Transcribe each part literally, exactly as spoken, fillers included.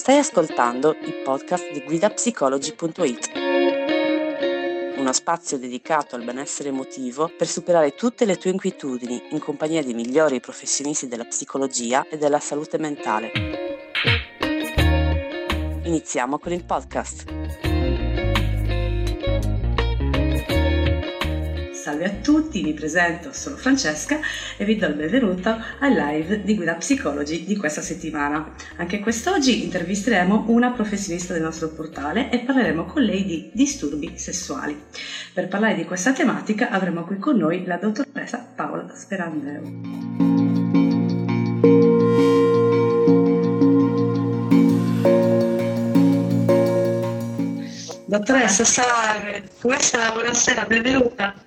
Stai ascoltando il podcast di guida psicologi punto it, uno spazio dedicato al benessere emotivo per superare tutte le tue inquietudini in compagnia dei migliori professionisti della psicologia e della salute mentale. Iniziamo con il podcast. Salve a tutti, mi presento, sono Francesca e vi do il benvenuto al live di Guida Psicologi di questa settimana. Anche quest'oggi intervisteremo una professionista del nostro portale e parleremo con lei di disturbi sessuali. Per parlare di questa tematica avremo qui con noi la dottoressa Paola Sperandeo. Dottoressa, salve, come sta? Buonasera, benvenuta.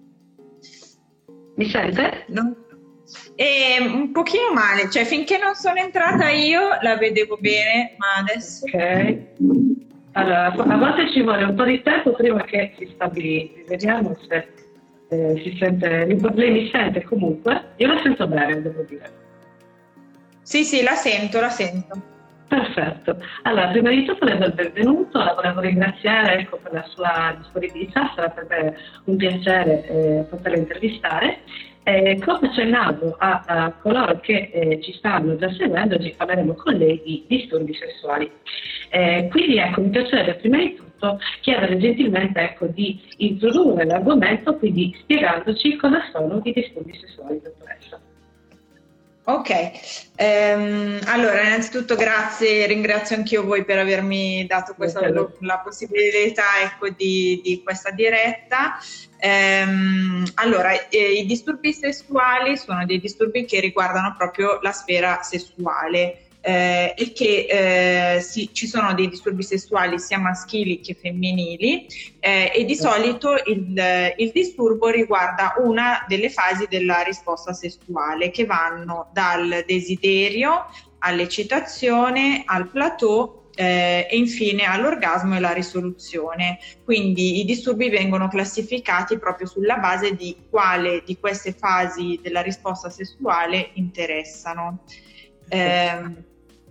Mi sente? No. E un pochino male, cioè finché non sono entrata io la vedevo bene, ma adesso... Ok. Allora, a volte ci vuole un po' di tempo prima che si stabilizzi. Vediamo se eh, si sente, lei mi sente comunque. Io la sento bene, devo dire. Sì, sì, la sento, la sento. Perfetto. Allora, prima di tutto le do il benvenuto, la volevo ringraziare ecco, per la sua disponibilità, sarà per me un piacere eh, poterla intervistare. Eh, come accennavo a, a coloro che eh, ci stanno già seguendo, oggi parleremo con lei di disturbi sessuali. Eh, quindi ecco, mi piacerebbe prima di tutto chiedere gentilmente ecco, di introdurre l'argomento, quindi spiegandoci cosa sono i disturbi sessuali, dottoressa. Ok, ehm, allora innanzitutto grazie, ringrazio anch'io voi per avermi dato questa, lo, la possibilità ecco, di, di questa diretta. Ehm, allora, eh, i disturbi sessuali sono dei disturbi che riguardano proprio la sfera sessuale. Eh, e che eh, sì, ci sono dei disturbi sessuali sia maschili che femminili eh, e di solito il, il disturbo riguarda una delle fasi della risposta sessuale che vanno dal desiderio all'eccitazione, al plateau eh, e infine all'orgasmo e alla risoluzione. Quindi i disturbi vengono classificati proprio sulla base di quale di queste fasi della risposta sessuale interessano. Eh,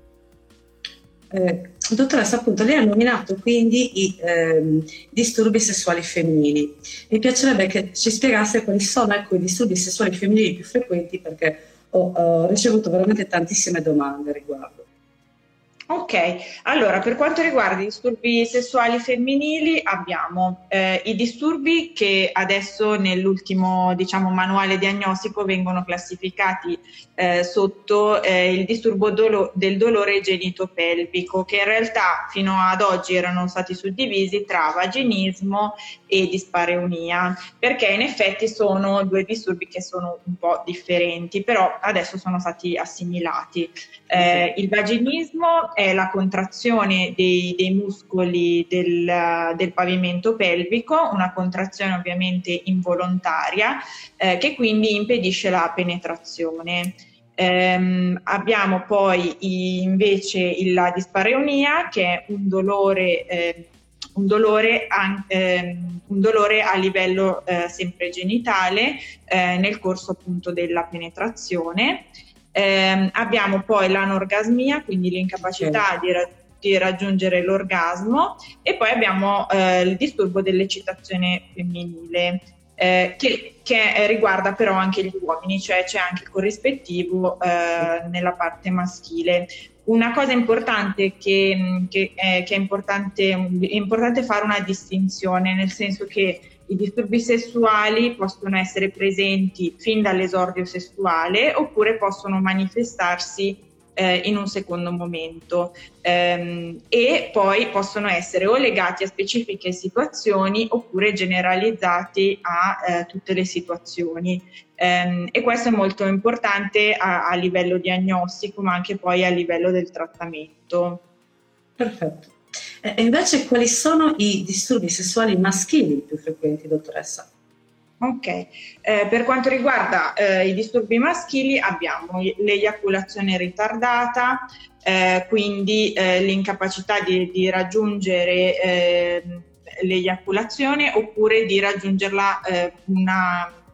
Eh, dottoressa, appunto, lei ha nominato quindi i ehm, disturbi sessuali femminili. Mi piacerebbe che ci spiegasse quali sono ecco, i disturbi sessuali femminili più frequenti, perché ho, ho ricevuto veramente tantissime domande a riguardo. Ok, allora per quanto riguarda i disturbi sessuali femminili abbiamo eh, i disturbi che adesso nell'ultimo diciamo manuale diagnostico vengono classificati eh, sotto eh, il disturbo dolo- del dolore genitopelvico, che in realtà fino ad oggi erano stati suddivisi tra vaginismo e dispareunia, perché in effetti sono due disturbi che sono un po' differenti, però adesso sono stati assimilati. Eh, il vaginismo è la contrazione dei, dei muscoli del, del pavimento pelvico, una contrazione ovviamente involontaria eh, che quindi impedisce la penetrazione. Eh, abbiamo poi i, invece il, la dispareunia, che è un dolore, eh, un, dolore an, eh, un dolore a livello eh, sempre genitale eh, nel corso appunto della penetrazione. Eh, abbiamo poi l'anorgasmia, quindi l'incapacità okay. di, ra- di raggiungere l'orgasmo, e poi abbiamo eh, il disturbo dell'eccitazione femminile eh, che, che riguarda però anche gli uomini, cioè c'è anche il corrispettivo eh, nella parte maschile. Una cosa importante che, che, è, che è, importante, è importante fare una distinzione, nel senso che i disturbi sessuali possono essere presenti fin dall'esordio sessuale oppure possono manifestarsi eh, in un secondo momento ehm, e poi possono essere o legati a specifiche situazioni oppure generalizzati a eh, tutte le situazioni. Um, e questo è molto importante a, a livello diagnostico ma anche poi a livello del trattamento. Perfetto. E invece quali sono i disturbi sessuali maschili più frequenti, dottoressa? Ok, eh, per quanto riguarda eh, i disturbi maschili abbiamo l'eiaculazione ritardata, eh, quindi eh, l'incapacità di, di raggiungere eh, l'eiaculazione oppure di raggiungerla eh, una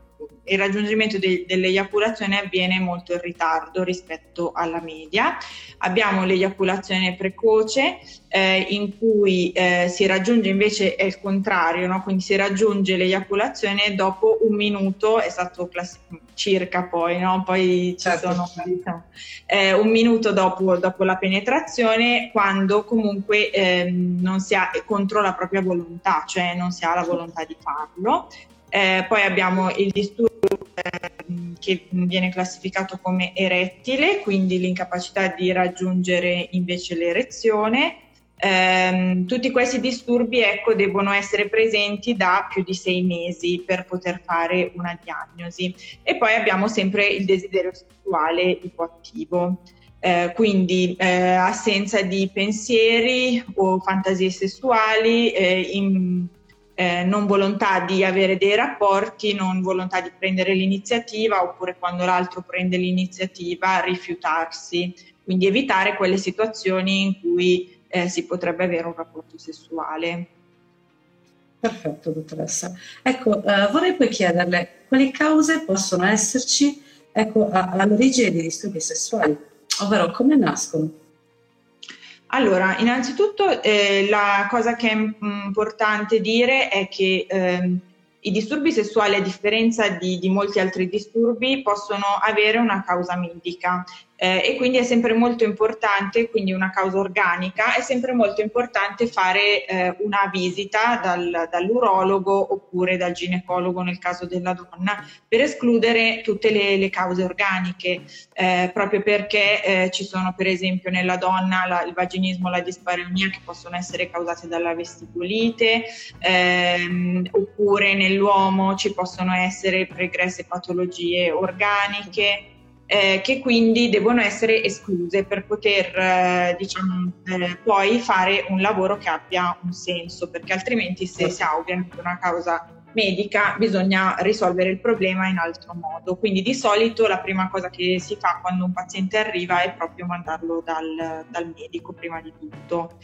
il raggiungimento de- dell'eiaculazione avviene molto in ritardo rispetto alla media. Abbiamo l'eiaculazione precoce, eh, in cui eh, si raggiunge invece è il contrario, no? Quindi si raggiunge l'eiaculazione dopo un minuto, è stato class- circa poi, no? Poi ci certo. sono diciamo, eh, un minuto dopo, dopo la penetrazione, quando comunque eh, non si ha contro la propria volontà, cioè non si ha la volontà di farlo. Eh, poi abbiamo il disturbo eh, che viene classificato come erettile, quindi l'incapacità di raggiungere invece l'erezione. Eh, tutti questi disturbi, ecco, devono essere presenti da più di sei mesi per poter fare una diagnosi. E poi abbiamo sempre il desiderio sessuale ipoattivo. Eh, quindi eh, assenza di pensieri o fantasie sessuali, eh, in, eh, non volontà di avere dei rapporti, non volontà di prendere l'iniziativa, oppure quando l'altro prende l'iniziativa rifiutarsi, quindi evitare quelle situazioni in cui eh, si potrebbe avere un rapporto sessuale. Perfetto, dottoressa. Ecco, eh, vorrei poi chiederle quali cause possono esserci, ecco, a, all'origine di disturbi sessuali, ovvero come nascono? Allora, innanzitutto eh, la cosa che è importante dire è che ehm, i disturbi sessuali, a differenza di, di molti altri disturbi, possono avere una causa medica eh, e quindi è sempre molto importante, quindi una causa organica, è sempre molto importante fare eh, una visita dal, dall'urologo oppure dal ginecologo nel caso della donna, per escludere tutte le, le cause organiche, eh, proprio perché eh, ci sono per esempio nella donna la, il vaginismo, la dispareunia, che possono essere causate dalla vestibolite, ehm, oppure nell'uomo ci possono essere pregresse patologie organiche, Eh, che quindi devono essere escluse per poter eh, diciamo, eh, poi fare un lavoro che abbia un senso, perché altrimenti se si ha ovviamente una causa medica bisogna risolvere il problema in altro modo. Quindi di solito la prima cosa che si fa quando un paziente arriva è proprio mandarlo dal, dal medico prima di tutto.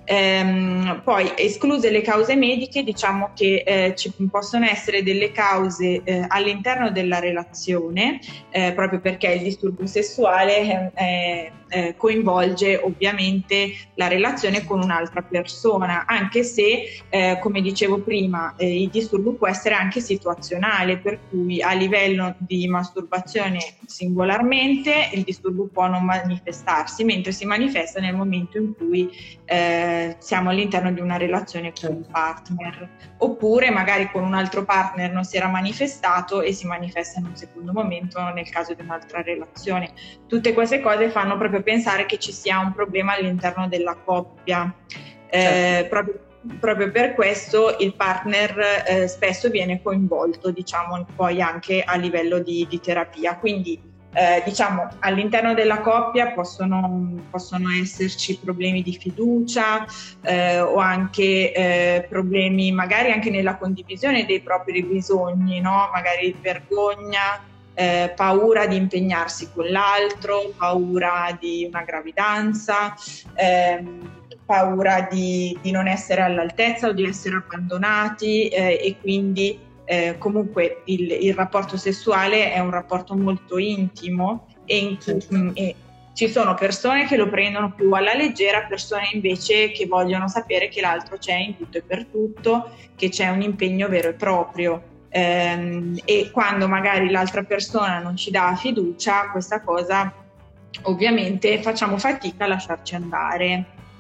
Ehm, poi escluse le cause mediche, diciamo che eh, ci possono essere delle cause eh, all'interno della relazione, eh, proprio perché il disturbo sessuale eh, eh, coinvolge ovviamente la relazione con un'altra persona, anche se eh, come dicevo prima eh, il disturbo può essere anche situazionale, per cui a livello di masturbazione singolarmente il disturbo può non manifestarsi, mentre si manifesta nel momento in cui eh, siamo all'interno di una relazione con un partner, oppure magari con un altro partner non si era manifestato e si manifesta in un secondo momento nel caso di un'altra relazione. Tutte queste cose fanno proprio pensare che ci sia un problema all'interno della coppia. Certo. Eh, proprio Proprio per questo il partner eh, spesso viene coinvolto, diciamo, poi anche a livello di, di terapia. Quindi, eh, diciamo, all'interno della coppia possono, possono esserci problemi di fiducia eh, o anche eh, problemi magari anche nella condivisione dei propri bisogni, no? Magari vergogna, eh, paura di impegnarsi con l'altro, paura di una gravidanza, ehm, paura di, di non essere all'altezza o di essere abbandonati eh, e quindi eh, comunque il, il rapporto sessuale è un rapporto molto intimo e, in cui, mh, e ci sono persone che lo prendono più alla leggera, persone invece che vogliono sapere che l'altro c'è in tutto e per tutto, che c'è un impegno vero e proprio. Ehm, e quando magari l'altra persona non ci dà fiducia, questa cosa ovviamente facciamo fatica a lasciarci andare.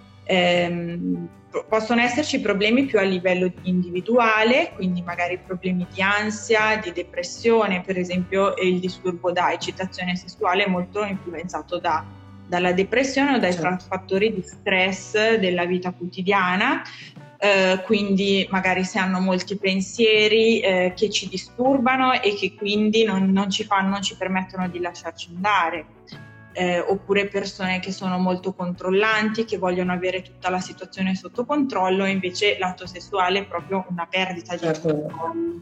Ehm, possono esserci problemi più a livello individuale, quindi magari problemi di ansia, di depressione, per esempio il disturbo da eccitazione sessuale è molto influenzato da, dalla depressione o dai certo. fattori di stress della vita quotidiana, eh, quindi magari se hanno molti pensieri eh, che ci disturbano e che quindi non, non ci fanno, non ci permettono di lasciarci andare. Eh, oppure persone che sono molto controllanti, che vogliono avere tutta la situazione sotto controllo, invece l'atto sessuale è proprio una perdita certo. di controllo.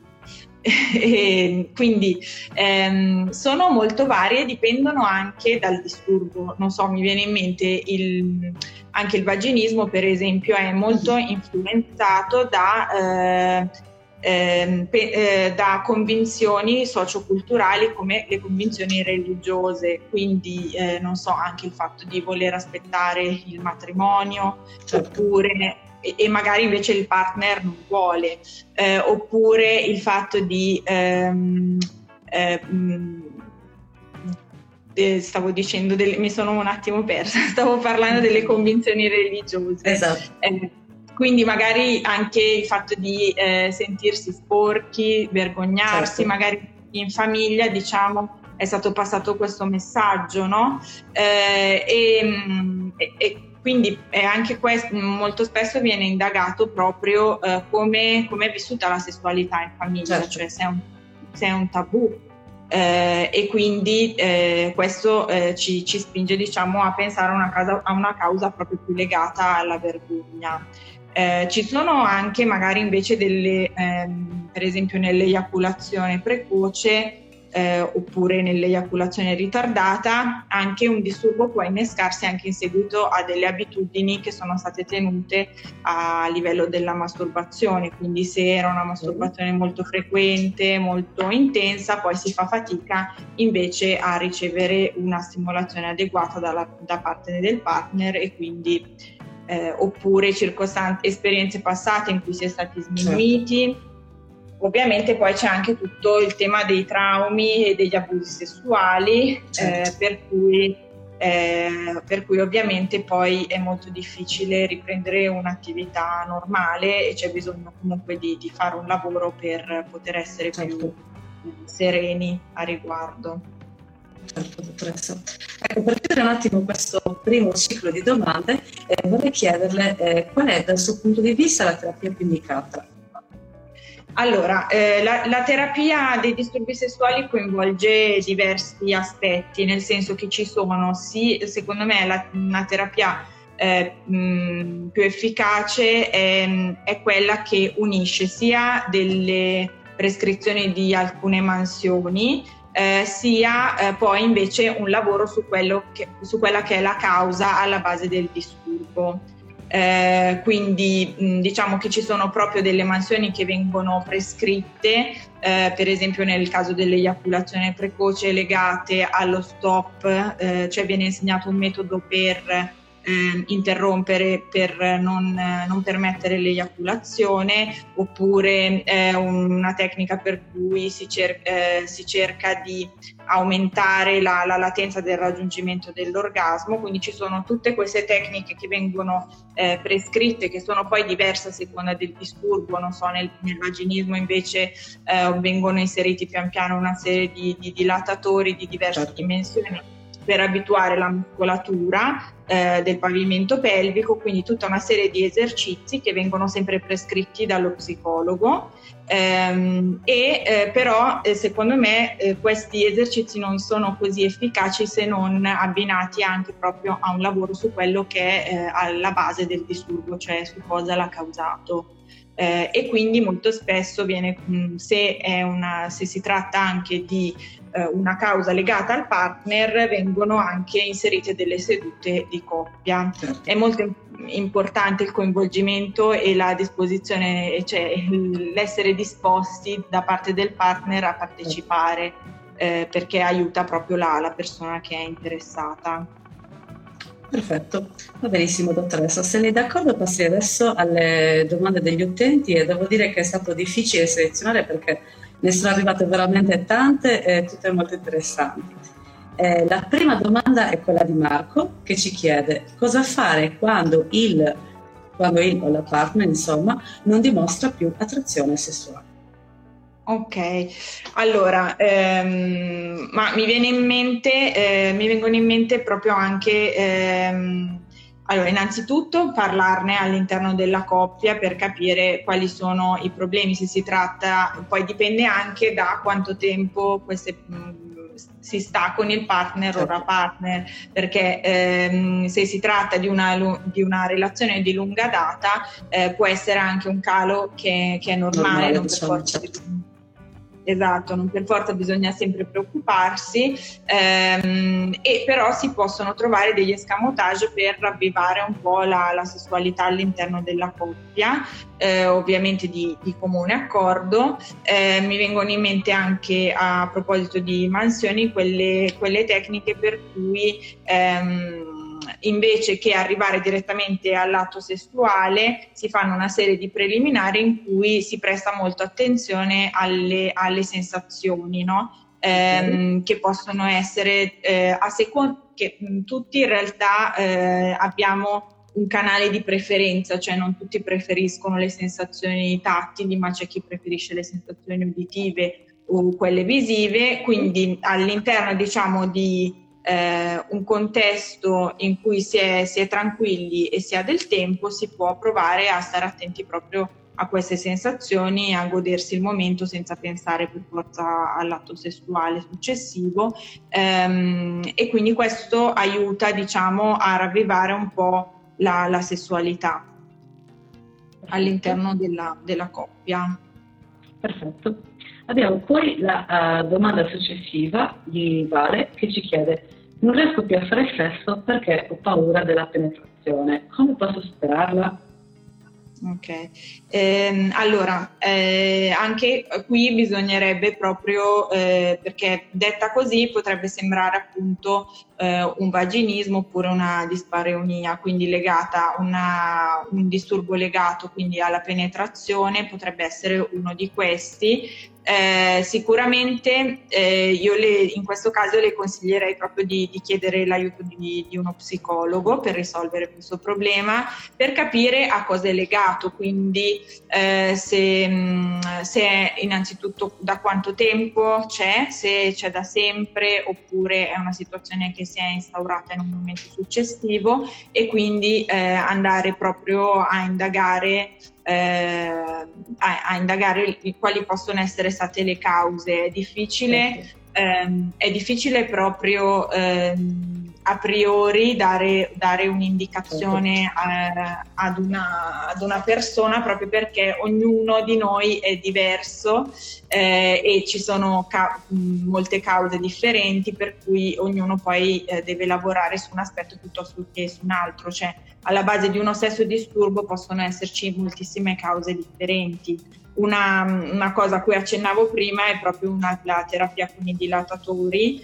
E quindi ehm, sono molto varie, dipendono anche dal disturbo. Non so, mi viene in mente il, anche il vaginismo, per esempio, è molto influenzato da eh, eh, pe, eh, da convinzioni socioculturali come le convinzioni religiose, quindi eh, non so, anche il fatto di voler aspettare il matrimonio, certo. oppure e, e magari invece il partner non vuole, eh, oppure il fatto di ehm, eh, mh, stavo dicendo delle, mi sono un attimo persa, stavo parlando delle convinzioni religiose. Esatto. Eh, quindi magari anche il fatto di eh, sentirsi sporchi, vergognarsi, certo. magari in famiglia, diciamo, è stato passato questo messaggio, no? Eh, e, e, e quindi è anche questo, molto spesso viene indagato proprio eh, come, come è vissuta la sessualità in famiglia, certo. cioè se è un, se è un tabù. Eh, e quindi eh, questo eh, ci, ci spinge, diciamo, a pensare a una, causa, a una causa proprio più legata alla vergogna. Eh, ci sono anche magari invece delle, ehm, per esempio nell'eiaculazione precoce eh, oppure nell'eiaculazione ritardata, anche un disturbo può innescarsi anche in seguito a delle abitudini che sono state tenute a livello della masturbazione, quindi se era una masturbazione molto frequente, molto intensa, poi si fa fatica invece a ricevere una stimolazione adeguata dalla, da parte del partner e quindi Eh, oppure circostanze, esperienze passate in cui si è stati sminuiti. Certo. Ovviamente poi c'è anche tutto il tema dei traumi e degli abusi sessuali, certo. eh, per cui eh, per cui ovviamente poi è molto difficile riprendere un'attività normale e c'è bisogno comunque di, di fare un lavoro per poter essere certo. più sereni a riguardo. Certo, dottoressa. Ecco, per chiudere un attimo questo primo ciclo di domande, eh, vorrei chiederle eh, qual è dal suo punto di vista la terapia più indicata? Allora, eh, la, la terapia dei disturbi sessuali coinvolge diversi aspetti, nel senso che ci sono, sì, secondo me la, una terapia eh, mh, più efficace è, è quella che unisce sia delle prescrizioni di alcune mansioni, Eh, sia eh, poi invece un lavoro su, quello che, su quella che è la causa alla base del disturbo. Eh, quindi mh, diciamo che ci sono proprio delle mansioni che vengono prescritte, eh, per esempio nel caso dell'eiaculazione precoce legate allo stop, eh, cioè viene insegnato un metodo per Eh, interrompere per non, eh, non permettere l'eiaculazione, oppure eh, una tecnica per cui si, cer- eh, si cerca di aumentare la, la latenza del raggiungimento dell'orgasmo. Quindi ci sono tutte queste tecniche che vengono eh, prescritte, che sono poi diverse a seconda del disturbo. Non so, nel, nel vaginismo invece eh, vengono inseriti pian piano una serie di, di dilatatori di diverse certo. dimensioni per abituare la muscolatura eh, del pavimento pelvico, quindi tutta una serie di esercizi che vengono sempre prescritti dallo psicologo ehm, e eh, però eh, secondo me eh, questi esercizi non sono così efficaci se non abbinati anche proprio a un lavoro su quello che è eh, alla base del disturbo, cioè su cosa l'ha causato. Eh, e quindi molto spesso viene, mh, se, è una, se si tratta anche di eh, una causa legata al partner, vengono anche inserite delle sedute di coppia. Certo. È molto importante il coinvolgimento e la disposizione, cioè l'essere disposti da parte del partner a partecipare, eh, perché aiuta proprio la, la persona che è interessata. Perfetto, va benissimo dottoressa, se lei è d'accordo passi adesso alle domande degli utenti e devo dire che è stato difficile selezionare perché ne sono arrivate veramente tante e tutte molto interessanti. Eh, la prima domanda è quella di Marco che ci chiede cosa fare quando il, quando il o la partner insomma non dimostra più attrazione sessuale. Ok, allora, ehm, ma mi viene in mente, eh, mi vengono in mente proprio anche, ehm, allora, innanzitutto parlarne all'interno della coppia per capire quali sono i problemi, se si tratta, poi dipende anche da quanto tempo queste, mh, si sta con il partner o la partner, perché ehm, se si tratta di una, di una relazione di lunga data eh, può essere anche un calo che, che è normale, normale non per forza di esatto, non per forza bisogna sempre preoccuparsi, ehm, e però si possono trovare degli escamotage per ravvivare un po' la, la sessualità all'interno della coppia, eh, ovviamente di, di comune accordo. Eh, mi vengono in mente anche, a proposito di mansioni, quelle, quelle tecniche per cui ehm, invece che arrivare direttamente all'atto sessuale si fanno una serie di preliminari in cui si presta molto attenzione alle, alle sensazioni, no? Ehm, che possono essere eh, a seconda che mh, tutti in realtà eh, abbiamo un canale di preferenza, cioè non tutti preferiscono le sensazioni tattili, ma c'è chi preferisce le sensazioni uditive o quelle visive, quindi all'interno, diciamo, di Eh, un contesto in cui si è, si è tranquilli e si ha del tempo, si può provare a stare attenti proprio a queste sensazioni, a godersi il momento senza pensare per forza all'atto sessuale successivo, ehm, e quindi questo aiuta, diciamo, a ravvivare un po' la, la sessualità all'interno della, della coppia. Perfetto. Abbiamo poi la uh, domanda successiva di Vale, che ci chiede: non riesco più a fare sesso perché ho paura della penetrazione, come posso superarla? Ok, ehm, allora eh, anche qui bisognerebbe proprio, eh, perché detta così potrebbe sembrare appunto eh, un vaginismo oppure una dispareunia, quindi legata una, un disturbo legato quindi alla penetrazione, potrebbe essere uno di questi. Eh, sicuramente eh, io le, in questo caso le consiglierei proprio di, di chiedere l'aiuto di, di uno psicologo per risolvere questo problema, per capire a cosa è legato, quindi eh, se, mh, se è innanzitutto da quanto tempo c'è, se c'è da sempre oppure è una situazione che si è instaurata in un momento successivo, e quindi eh, andare proprio a indagare Eh, a, a indagare quali possono essere state le cause. È difficile, ehm, è difficile proprio ehm, a priori dare, dare un'indicazione eh, ad, una, ad una persona, proprio perché ognuno di noi è diverso eh, e ci sono ca- molte cause differenti, per cui ognuno poi eh, deve lavorare su un aspetto piuttosto che su un altro, cioè alla base di uno stesso disturbo possono esserci moltissime cause differenti. Una, una cosa a cui accennavo prima è proprio una, la terapia con i dilatatori,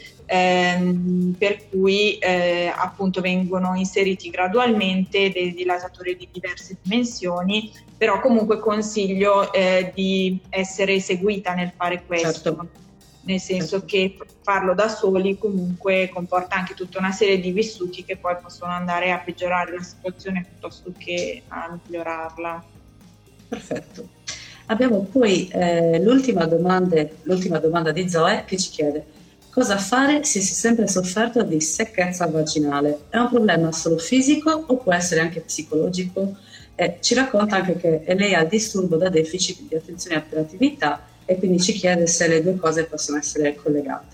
ehm, per cui eh, appunto vengono inseriti gradualmente dei dilatatori di diverse dimensioni, però comunque consiglio eh, di essere seguita nel fare questo. Certo. Nel senso che farlo da soli comunque comporta anche tutta una serie di vissuti che poi possono andare a peggiorare la situazione piuttosto che a migliorarla. Perfetto. Abbiamo poi eh, l'ultima, domanda, l'ultima domanda di Zoe, che ci chiede: cosa fare se si è sempre sofferto di secchezza vaginale? È un problema solo fisico o può essere anche psicologico? Eh, ci racconta anche che lei ha il disturbo da deficit di attenzione e operatività, e quindi ci chiede se le due cose possono essere collegate.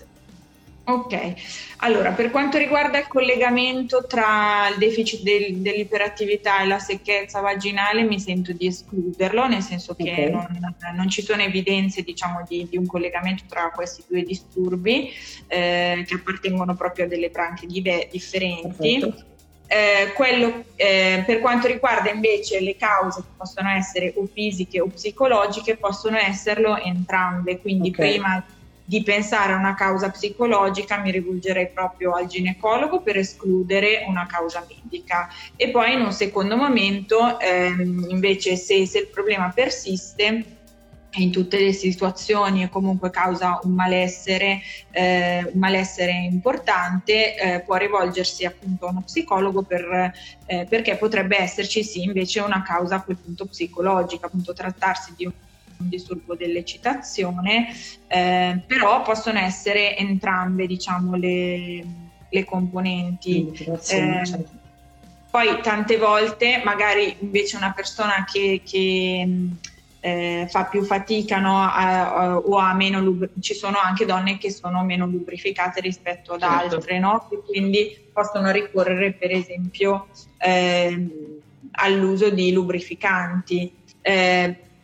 Ok, allora per quanto riguarda il collegamento tra il deficit del, dell'iperattività e la secchezza vaginale, mi sento di escluderlo, nel senso che okay. non, non ci sono evidenze, diciamo, di, di un collegamento tra questi due disturbi eh, che appartengono proprio a delle branche dive- differenti. Perfetto. Eh, quello, eh, per quanto riguarda invece le cause che possono essere o fisiche o psicologiche, possono esserlo entrambe, quindi okay. prima di pensare a una causa psicologica mi rivolgerei proprio al ginecologo per escludere una causa medica, e poi in un secondo momento ehm, invece se, se il problema persiste in tutte le situazioni e comunque causa un malessere, eh, un malessere importante, eh, può rivolgersi appunto a uno psicologo per, eh, perché potrebbe esserci sì invece una causa a quel punto psicologica, appunto trattarsi di un disturbo dell'eccitazione, eh, però possono essere entrambe, diciamo, le, le componenti. Eh, poi tante volte magari invece una persona che, che Eh, fa più fatica, no, a, a, o ha meno lubri- ci sono anche donne che sono meno lubrificate rispetto ad certo. altre, no? E quindi possono ricorrere per esempio eh, all'uso di lubrificanti. Eh,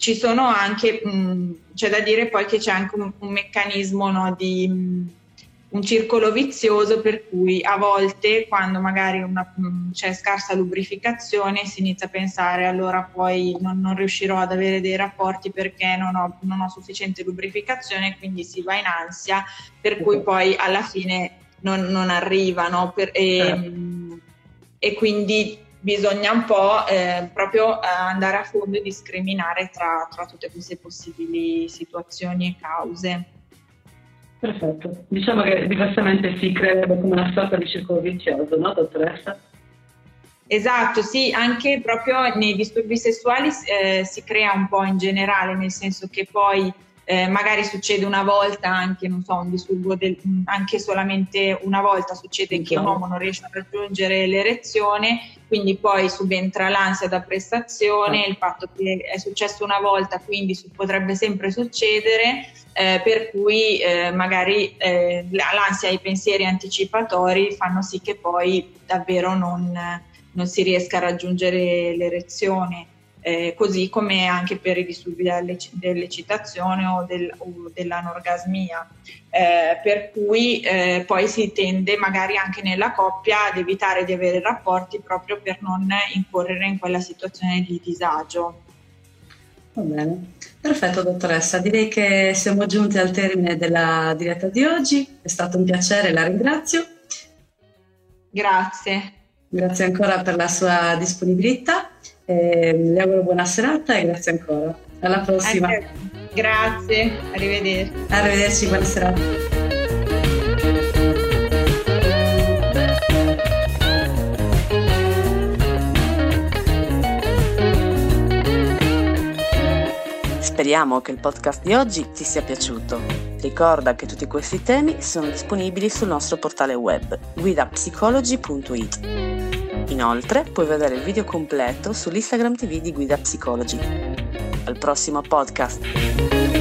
ci sono anche, mh, c'è da dire poi che c'è anche un, un meccanismo, no, di mh, un circolo vizioso, per cui a volte quando magari una, mh, c'è scarsa lubrificazione si inizia a pensare allora poi non, non riuscirò ad avere dei rapporti perché non ho, non ho sufficiente lubrificazione, quindi si va in ansia, per cui poi alla fine non, non arrivano per, e, mh, e quindi bisogna un po' eh, proprio eh, andare a fondo e discriminare tra, tra tutte queste possibili situazioni e cause. Perfetto, diciamo che diversamente si creerebbe come una sorta di circolo vizioso, no, dottoressa? Esatto, sì, anche proprio nei disturbi sessuali eh, si crea un po' in generale, nel senso che poi eh, magari succede una volta anche, non so, un disturbo del, anche solamente una volta succede che un uomo non riesce a raggiungere l'erezione, quindi poi subentra l'ansia da prestazione, il fatto che è successo una volta, quindi potrebbe sempre succedere. Eh, per cui eh, magari eh, l'ansia e i pensieri anticipatori fanno sì che poi davvero non, non si riesca a raggiungere l'erezione, eh, così come anche per i disturbi dell'eccitazione o, del, o dell'anorgasmia, eh, per cui eh, poi si tende magari anche nella coppia ad evitare di avere rapporti proprio per non incorrere in quella situazione di disagio. Va bene, perfetto dottoressa, direi che siamo giunti al termine della diretta di oggi, è stato un piacere, la ringrazio. Grazie. Grazie ancora per la sua disponibilità, eh, le auguro buona serata e grazie ancora. Alla prossima. Anche, grazie, arrivederci. Arrivederci, buona serata. Speriamo che il podcast di oggi ti sia piaciuto. Ricorda che tutti questi temi sono disponibili sul nostro portale web guida psicologi punto it. Inoltre puoi vedere il video completo sull'Instagram T V di Guida Psicologi. Al prossimo podcast!